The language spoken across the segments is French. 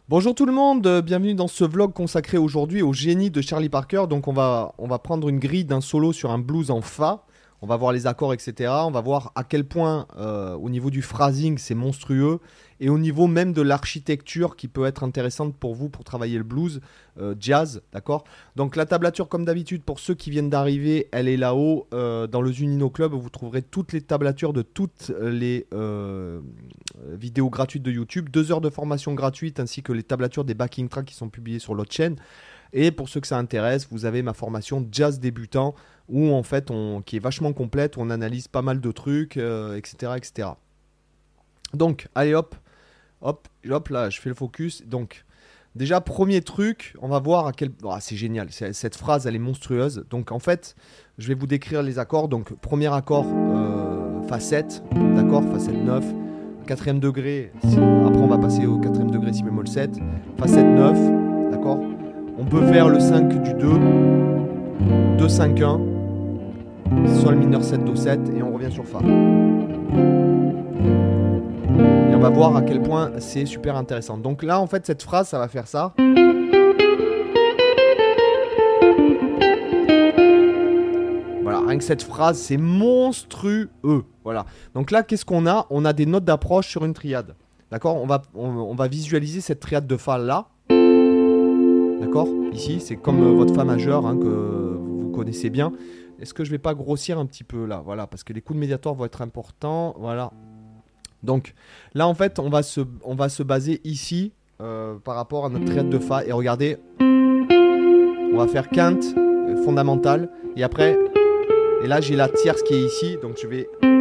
Bonjour tout le monde, bienvenue dans ce vlog consacré aujourd'hui au génie de Charlie Parker. Donc on va prendre une grille d'un solo sur un blues en Fa. On va voir les accords, etc. On va voir à quel point au niveau du phrasing c'est monstrueux et au niveau même de l'architecture qui peut être intéressante pour vous pour travailler le blues, jazz, d'accord. Donc la tablature comme d'habitude pour ceux qui viennent d'arriver, elle est là-haut dans le Zunino Club. Vous trouverez toutes les tablatures de toutes les vidéos gratuites de YouTube, 2 heures de formation gratuite ainsi que les tablatures des backing tracks qui sont publiées sur l'autre chaîne. Et pour ceux que ça intéresse, vous avez ma formation jazz débutant où en fait qui est vachement complète, où on analyse pas mal de trucs, etc., etc. Donc allez hop, là je fais le focus. Donc déjà premier truc, on va voir à quel... Oh, c'est génial, cette phrase elle est monstrueuse. Donc en fait, je vais vous décrire les accords. Donc premier accord, Fa 7, d'accord, Fa 7 9. Quatrième degré, après on va passer au quatrième degré si bémol 7, Fa 7 9, d'accord. On peut faire le 5 du 2, 2 5 1, Sol mineur 7 Do 7 et on revient sur Fa. Et on va voir à quel point c'est super intéressant. Donc là en fait cette phrase ça va faire ça. Voilà, rien que cette phrase c'est monstrueux. Voilà. Donc là qu'est-ce qu'on a? On a des notes d'approche sur une triade. D'accord, on va visualiser cette triade de Fa là. D'accord, ici c'est comme votre Fa majeur que vous connaissez bien. Est-ce que je vais pas grossir un petit peu là? Voilà, parce que les coups de médiator vont être importants. Voilà. Donc là en fait on va se baser ici par rapport à notre triade de Fa. Et regardez, on va faire quinte fondamentale. Et après, et là j'ai la tierce qui est ici. Donc je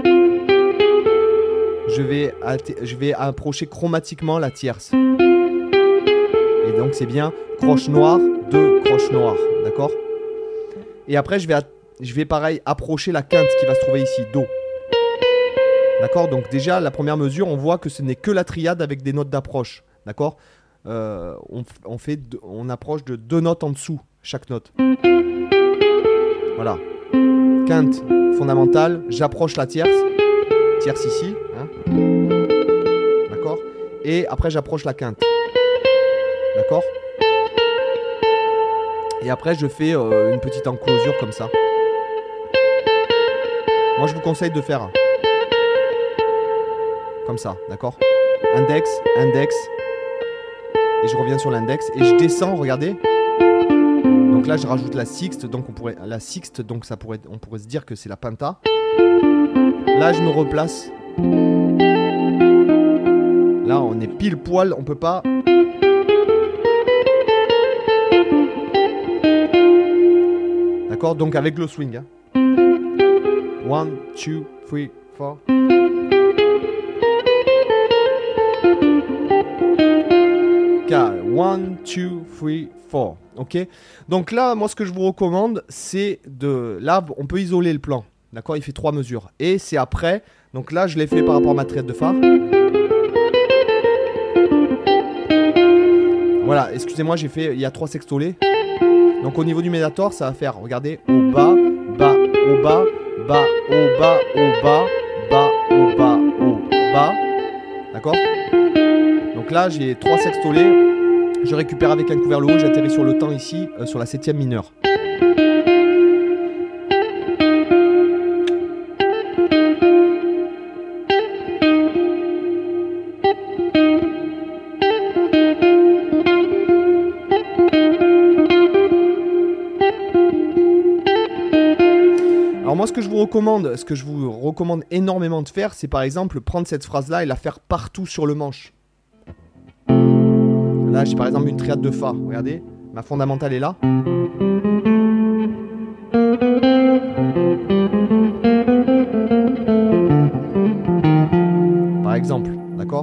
vais approcher chromatiquement la tierce. Et donc c'est bien croche noire, 2 croches noires, d'accord. Et après je vais pareil approcher la quinte qui va se trouver ici, Do. D'accord, donc déjà la première mesure, on voit que ce n'est que la triade avec des notes d'approche, d'accord. On approche de 2 notes en dessous, chaque note. Voilà, quinte fondamentale, j'approche la tierce ici, d'accord. Et après j'approche la quinte. D'accord. Et après je fais une petite enclosure comme ça. Moi je vous conseille de faire comme ça, d'accord. Index, index. Et je reviens sur l'index. Et je descends, regardez. Donc là je rajoute la sixte. Donc on pourrait se dire que c'est la penta. Là je me replace. Là on est pile poil, on peut pas. D'accord, donc avec le swing. 1, 2, 3, 4. 1, 2, 3, 4. Ok. Donc là, moi, ce que je vous recommande, c'est de. Là, on peut isoler le plan. D'accord, il fait 3 mesures. Et c'est après. Donc là, je l'ai fait par rapport à ma triade de Fa. Voilà, excusez-moi, il y a 3 sextolés. Donc au niveau du médiator, ça va faire, regardez, au bas, bas, au bas, bas, au bas, au bas, bas, au bas, au bas. D'accord? Donc là, j'ai 3 sextolés. Je récupère avec un coup vers le haut, j'atterris sur le temps ici, sur la 7e mineure. Alors moi ce que je vous recommande énormément de faire, c'est par exemple prendre cette phrase-là et la faire partout sur le manche. Là j'ai par exemple une triade de Fa, regardez, ma fondamentale est là. Par exemple, d'accord.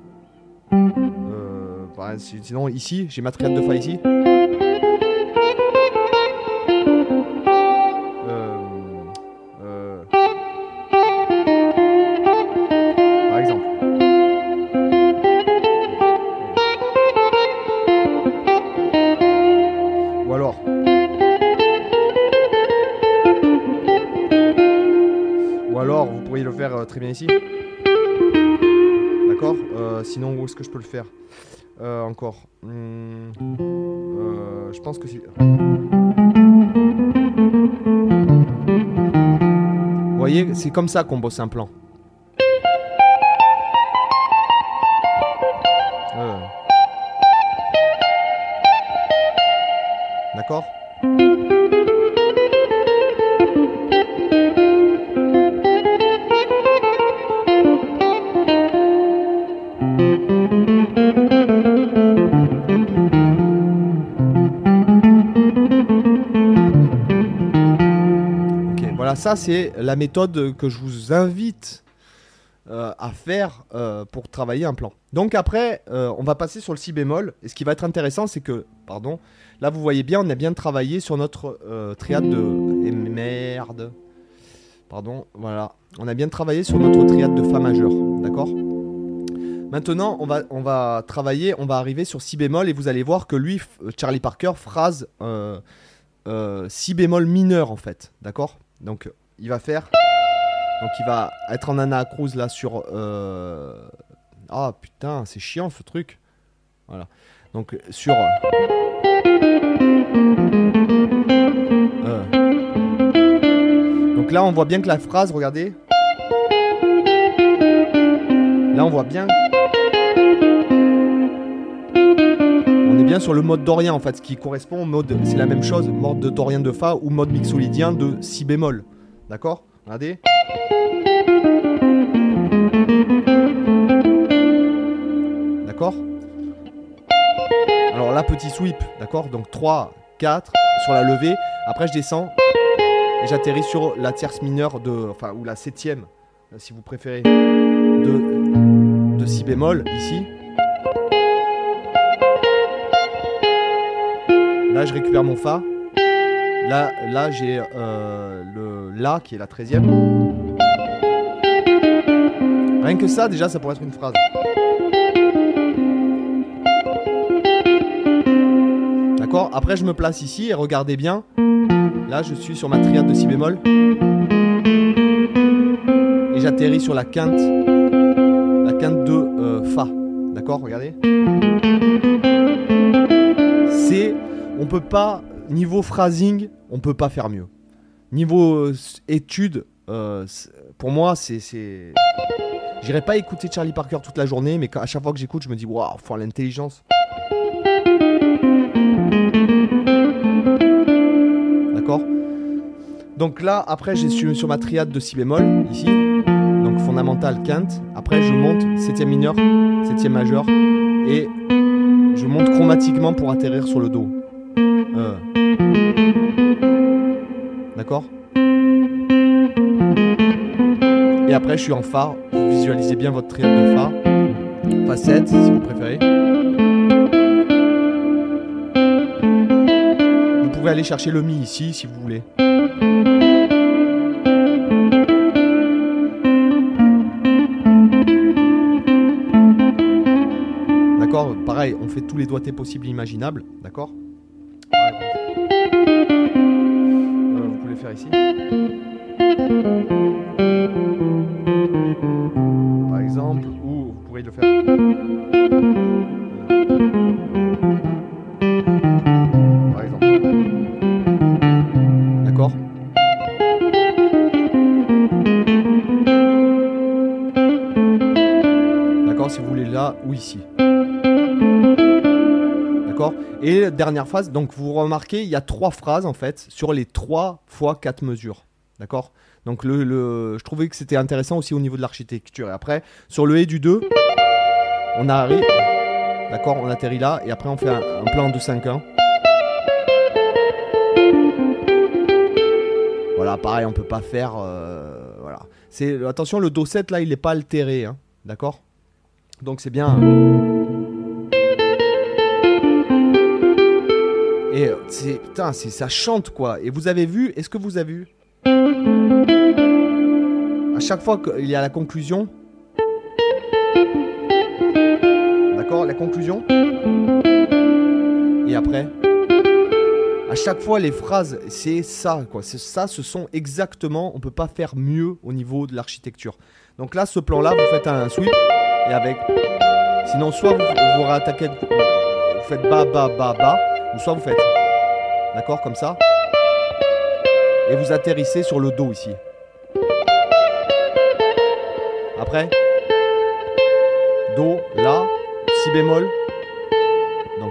Sinon ici, j'ai ma triade de Fa ici. Par exemple. Ou alors. Ou alors, vous pourriez le faire très bien ici. D'accord. Sinon, où est-ce que je peux le faire? Encore. Je pense que c'est... Vous voyez, c'est comme ça qu'on bosse un plan. D'accord ? Ok, voilà, ça c'est la méthode que je vous invite à faire pour travailler un plan. Donc après, on va passer sur le si bémol. Et ce qui va être intéressant, c'est que, pardon, là vous voyez bien, on a bien travaillé sur notre triade de... Et merde. Pardon, voilà. On a bien travaillé sur notre triade de Fa majeur, d'accord ? Maintenant, on va travailler, on va arriver sur si bémol et vous allez voir que lui, Charlie Parker, phrase si bémol mineur en fait, d'accord ? Donc il va faire... Donc il va être en anacrouse là sur... Ah putain, c'est chiant ce truc. Voilà. Donc sur... Donc là on voit bien que la phrase, regardez. Là on voit bien... On est bien sur le mode dorien en fait, ce qui correspond au mode... C'est la même chose, mode de dorien de Fa ou mode mixolydien de si bémol. D'accord ? Regardez. D'accord ? Alors là, petit sweep, d'accord ? Donc 3, 4 sur la levée. Après, je descends et j'atterris sur la tierce mineure de... Enfin, ou la septième, si vous préférez, de si bémol, ici. Là, je récupère mon Fa. Là j'ai le La qui est la 13e. Rien que ça, déjà, ça pourrait être une phrase. D'accord ? Après, je me place ici et regardez bien. Là, je suis sur ma triade de si bémol. Et j'atterris sur la quinte de Fa. D'accord ? Regardez. On peut pas... Niveau phrasing, on peut pas faire mieux. Niveau étude, pour moi, c'est... J'irai pas écouter Charlie Parker toute la journée, mais à chaque fois que j'écoute, je me dis waouh, faut avoir l'intelligence. D'accord ? Donc là, après, je suis sur ma triade de si bémol, ici. Donc fondamentale, quinte. Après, je monte 7e mineur, 7e majeur. Et je monte chromatiquement pour atterrir sur le Do. D'accord ? Et après je suis en Fa. Vous visualisez bien votre triade de Fa. Fa 7 si vous préférez. Vous pouvez aller chercher le Mi ici si vous voulez. D'accord ? Pareil, on fait tous les doigtés possibles et imaginables. D'accord ? Vous pouvez le faire ici. Par exemple, ou vous pourrez le faire. Par exemple. D'accord ? D'accord, si vous voulez là ou ici. D'accord ? Et dernière phrase, donc vous remarquez, il y a 3 phrases en fait sur les 3 fois 4 mesures. D'accord ? Donc je trouvais que c'était intéressant aussi au niveau de l'architecture. Et après, sur le et du 2, on arrive. D'accord ? On atterrit là et après on fait un plan 2-5-1. Voilà, pareil, on peut pas faire. Voilà. Attention, le Do 7 là, il n'est pas altéré. Hein, d'accord ? Donc c'est bien. Et putain, ça chante quoi. Et vous avez vu, est-ce que vous avez vu ? À chaque fois qu'il y a la conclusion. D'accord, la conclusion. Et après. À chaque fois, les phrases, c'est ça quoi. C'est ça, ce sont exactement. On peut pas faire mieux au niveau de l'architecture. Donc là, ce plan-là, vous faites un sweep et avec Sinon, soit vous réattaquez, vous faites bas, bas, bas, bas, ou soit vous faites, d'accord, comme ça, et vous atterrissez sur le Do ici. Après, Do, La, Si bémol, donc,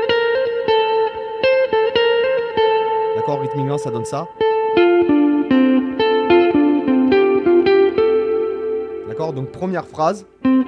d'accord, rythmiquement ça donne ça. D'accord, donc première phrase.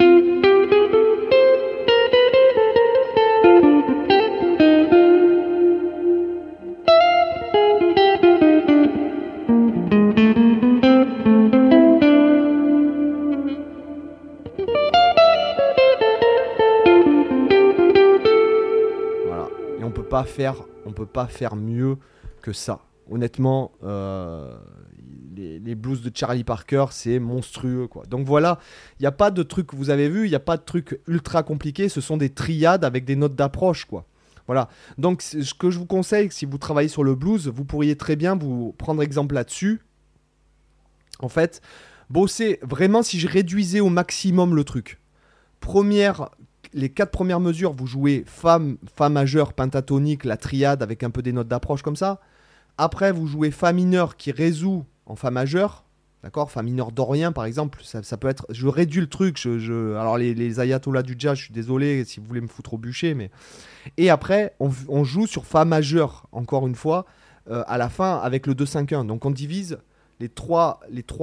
Voilà, et on peut pas faire mieux que ça. Honnêtement, les blues de Charlie Parker, c'est monstrueux, quoi. Donc voilà, il n'y a pas de truc, vous avez vu, il n'y a pas de truc ultra compliqué, ce sont des triades avec des notes d'approche, quoi. Voilà, donc ce que je vous conseille, si vous travaillez sur le blues, vous pourriez très bien vous prendre exemple là-dessus. En fait, bosser vraiment si je réduisais au maximum le truc. Les 4 premières mesures, vous jouez Fa majeur, pentatonique, la triade avec un peu des notes d'approche comme ça. Après, vous jouez Fa mineur qui résout en Fa majeur. D'accord, Fa mineur dorien par exemple. Ça peut être. Je réduis le truc. Alors, les ayatollahs du jazz, je suis désolé si vous voulez me foutre au bûcher. Mais... Et après, on joue sur Fa majeur, encore une fois, à la fin avec le 2-5-1. Donc, on divise les 3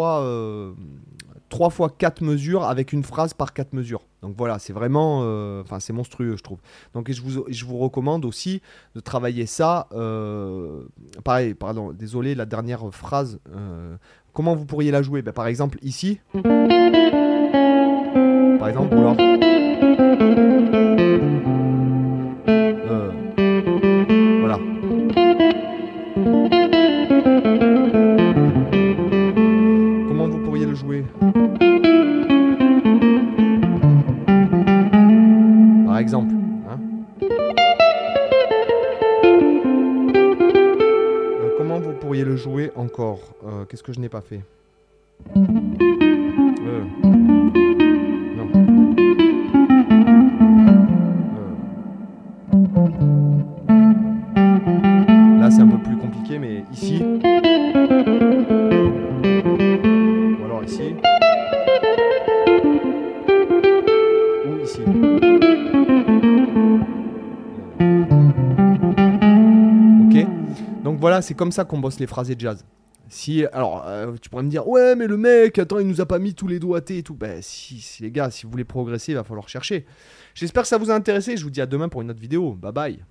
fois 4 mesures avec une phrase par 4 mesures. Donc voilà, c'est vraiment... c'est monstrueux, je trouve. Donc je vous recommande aussi de travailler ça. Pareil, pardon, désolé, la dernière phrase. Comment vous pourriez la jouer? Par exemple, ici. Par exemple, ou alors... voilà. Comment vous pourriez le jouer? Par exemple, hein. Comment vous pourriez le jouer encore? Qu'est-ce que je n'ai pas fait? Non. Là, c'est un peu plus compliqué, mais ici. Ou alors ici. Ou ici. Ok. Donc voilà, c'est comme ça qu'on bosse les phrasés de jazz. Alors, tu pourrais me dire, ouais, mais le mec, attends, il nous a pas mis tous les doigtés et tout. Ben, si les gars, si vous voulez progresser, il va falloir chercher. J'espère que ça vous a intéressé. Je vous dis à demain pour une autre vidéo. Bye bye.